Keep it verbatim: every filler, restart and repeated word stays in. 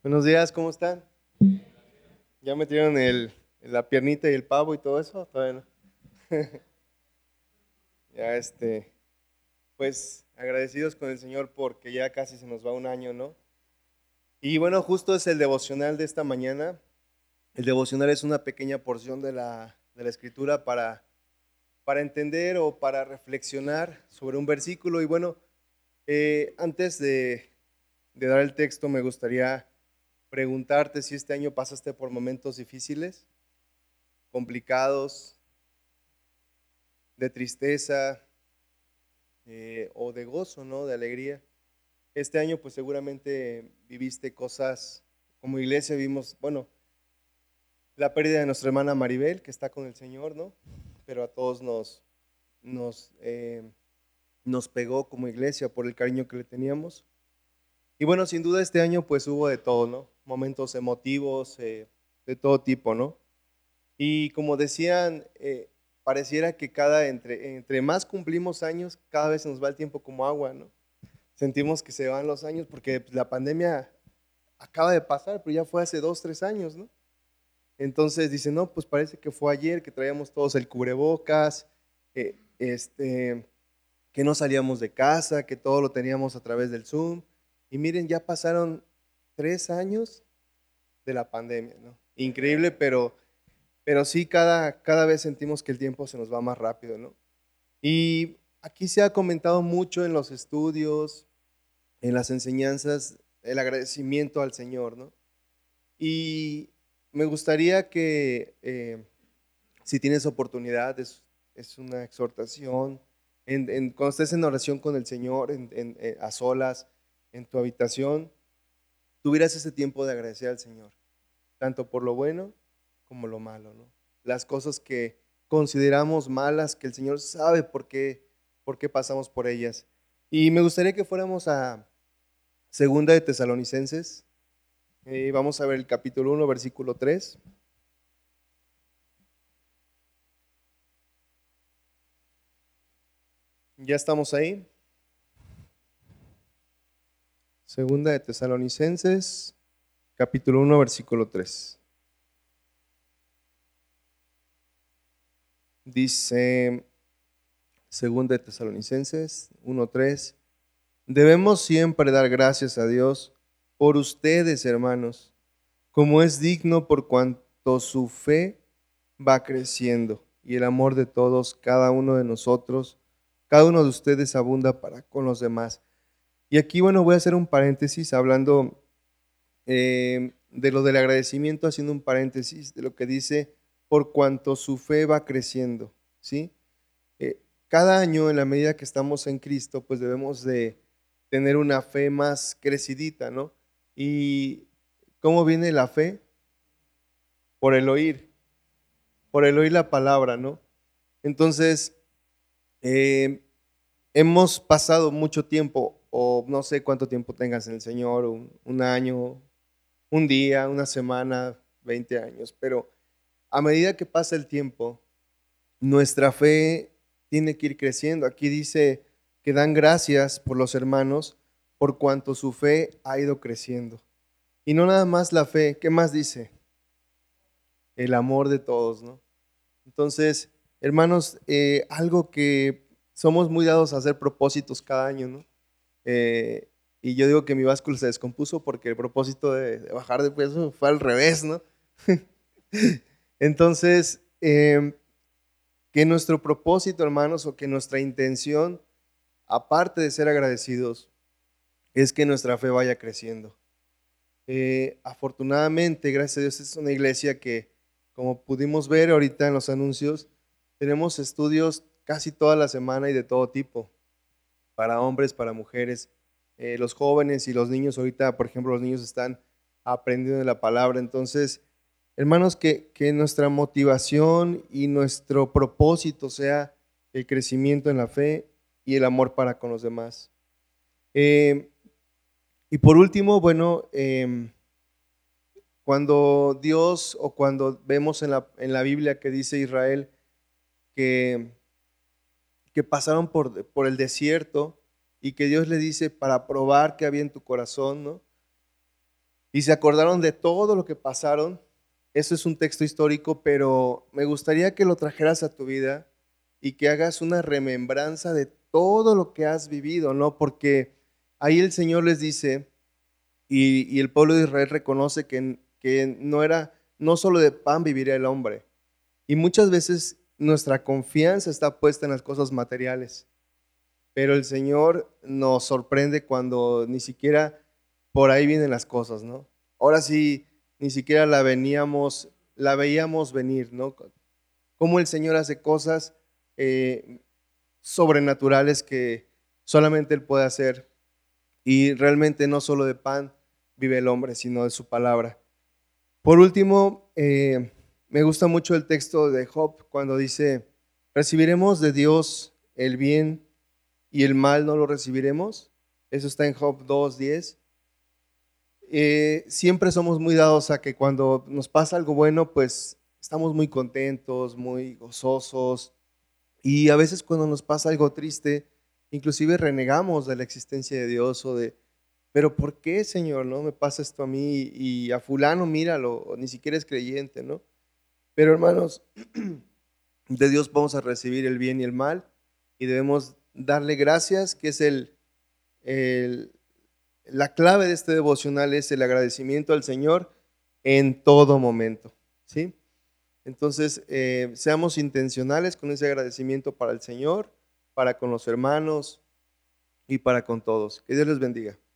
Buenos días, ¿cómo están? ¿Ya metieron el, la piernita y el pavo y todo eso? Todavía no. Ya este, pues agradecidos con el Señor porque ya casi se nos va un año, ¿no? Y bueno, justo es el devocional de esta mañana. El devocional es una pequeña porción de la, de la escritura para, para entender o para reflexionar sobre un versículo. Y bueno, eh, antes de, de dar el texto, me gustaría preguntarte si este año pasaste por momentos difíciles, complicados, de tristeza eh, o de gozo, ¿no? De alegría. Este año pues seguramente viviste cosas, como iglesia vimos, bueno, la pérdida de nuestra hermana Maribel, que está con el Señor, ¿no? Pero a todos nos, nos, eh, nos pegó como iglesia por el cariño que le teníamos. Y bueno, sin duda este año pues hubo de todo, ¿no? Momentos emotivos, eh, de todo tipo, ¿no? Y como decían, eh, pareciera que cada, entre, entre más cumplimos años, cada vez se nos va el tiempo como agua, ¿no? Sentimos que se van los años porque pues, la pandemia acaba de pasar, pero ya fue hace dos, tres años, ¿no? Entonces dicen, no, pues parece que fue ayer que traíamos todos el cubrebocas, eh, este, que no salíamos de casa, que todo lo teníamos a través del Zoom. Y miren, ya pasaron tres años de la pandemia, ¿no? Increíble, pero pero sí, cada, cada vez sentimos que el tiempo se nos va más rápido, ¿no? Y aquí se ha comentado mucho en los estudios, en las enseñanzas, el agradecimiento al Señor, ¿no? Y me gustaría que, eh, si tienes oportunidad, es, es una exhortación, en, en- cuando estés en oración con el Señor, en- en- eh, a solas, en tu habitación, tuvieras ese tiempo de agradecer al Señor tanto por lo bueno como lo malo, ¿no? Las cosas que consideramos malas, que el Señor sabe por qué, por qué pasamos por ellas. Y me gustaría que fuéramos a Segunda de Tesalonicenses. Eh, vamos a ver el capítulo uno, versículo tres. Ya estamos ahí. Segunda de Tesalonicenses, capítulo uno, versículo tres. Dice Segunda de Tesalonicenses uno tres. Debemos siempre dar gracias a Dios por ustedes, hermanos, como es digno por cuanto su fe va creciendo y el amor de todos, cada uno de nosotros, cada uno de ustedes abunda para con los demás. Y aquí, bueno, voy a hacer un paréntesis hablando eh, de lo del agradecimiento, haciendo un paréntesis de lo que dice, por cuanto su fe va creciendo, ¿sí? Eh, cada año, en la medida que estamos en Cristo, pues debemos de tener una fe más crecidita, ¿no? ¿Y cómo viene la fe? Por el oír, por el oír la palabra, ¿no? Entonces, eh, hemos pasado mucho tiempo, o no sé cuánto tiempo tengas en el Señor, un, un año, un día, una semana, veinte años, pero a medida que pasa el tiempo, nuestra fe tiene que ir creciendo. Aquí dice que dan gracias por los hermanos por cuanto su fe ha ido creciendo. Y no nada más la fe, ¿qué más dice? El amor de todos, ¿no? Entonces, hermanos, eh, algo que somos muy dados a hacer propósitos cada año, ¿no? Eh, y yo digo que mi báscula se descompuso porque el propósito de, de bajar de peso fue al revés, ¿no? Entonces, eh, que nuestro propósito, hermanos, o que nuestra intención, aparte de ser agradecidos, es que nuestra fe vaya creciendo. Eh, afortunadamente, gracias a Dios, es una iglesia que, como pudimos ver ahorita en los anuncios, tenemos estudios casi toda la semana y de todo tipo, para hombres, para mujeres. Eh, los jóvenes y los niños, ahorita, por ejemplo, los niños están aprendiendo de la palabra. Entonces, hermanos, que, que nuestra motivación y nuestro propósito sea el crecimiento en la fe y el amor para con los demás. Eh, y por último, bueno, em, cuando Dios o cuando vemos en la, en la Biblia que dice Israel que, que pasaron por, por el desierto y que Dios le dice para probar que había en tu corazón, ¿no? y se acordaron de todo lo que pasaron. Eso es un texto histórico, pero me gustaría que lo trajeras a tu vida y que hagas una remembranza de todo lo que has vivido, ¿no? Porque ahí el Señor les dice, y, y el pueblo de Israel reconoce que, que no era, no solo de pan viviría el hombre. Y muchas veces nuestra confianza está puesta en las cosas materiales, pero el Señor nos sorprende cuando ni siquiera por ahí vienen las cosas, ¿no? Ahora sí, ni siquiera la veníamos, la veíamos venir, ¿no? Cómo el Señor hace cosas eh, sobrenaturales que solamente Él puede hacer. Y realmente no solo de pan vive el hombre, sino de su palabra. Por último, eh, me gusta mucho el texto de Job cuando dice, ¿recibiremos de Dios el bien y el mal no lo recibiremos? Eso está en Job dos diez. Eh, siempre somos muy dados a que cuando nos pasa algo bueno, pues estamos muy contentos, muy gozosos. Y a veces cuando nos pasa algo triste, inclusive renegamos de la existencia de Dios o de, pero ¿por qué, Señor, no me pasa esto a mí y a fulano, míralo, o ni siquiera es creyente, ¿no? Pero hermanos, de Dios vamos a recibir el bien y el mal y debemos darle gracias, que es el, el la clave de este devocional es el agradecimiento al Señor en todo momento, ¿sí? Entonces, eh, seamos intencionales con ese agradecimiento para el Señor, para con los hermanos y para con todos. Que Dios les bendiga.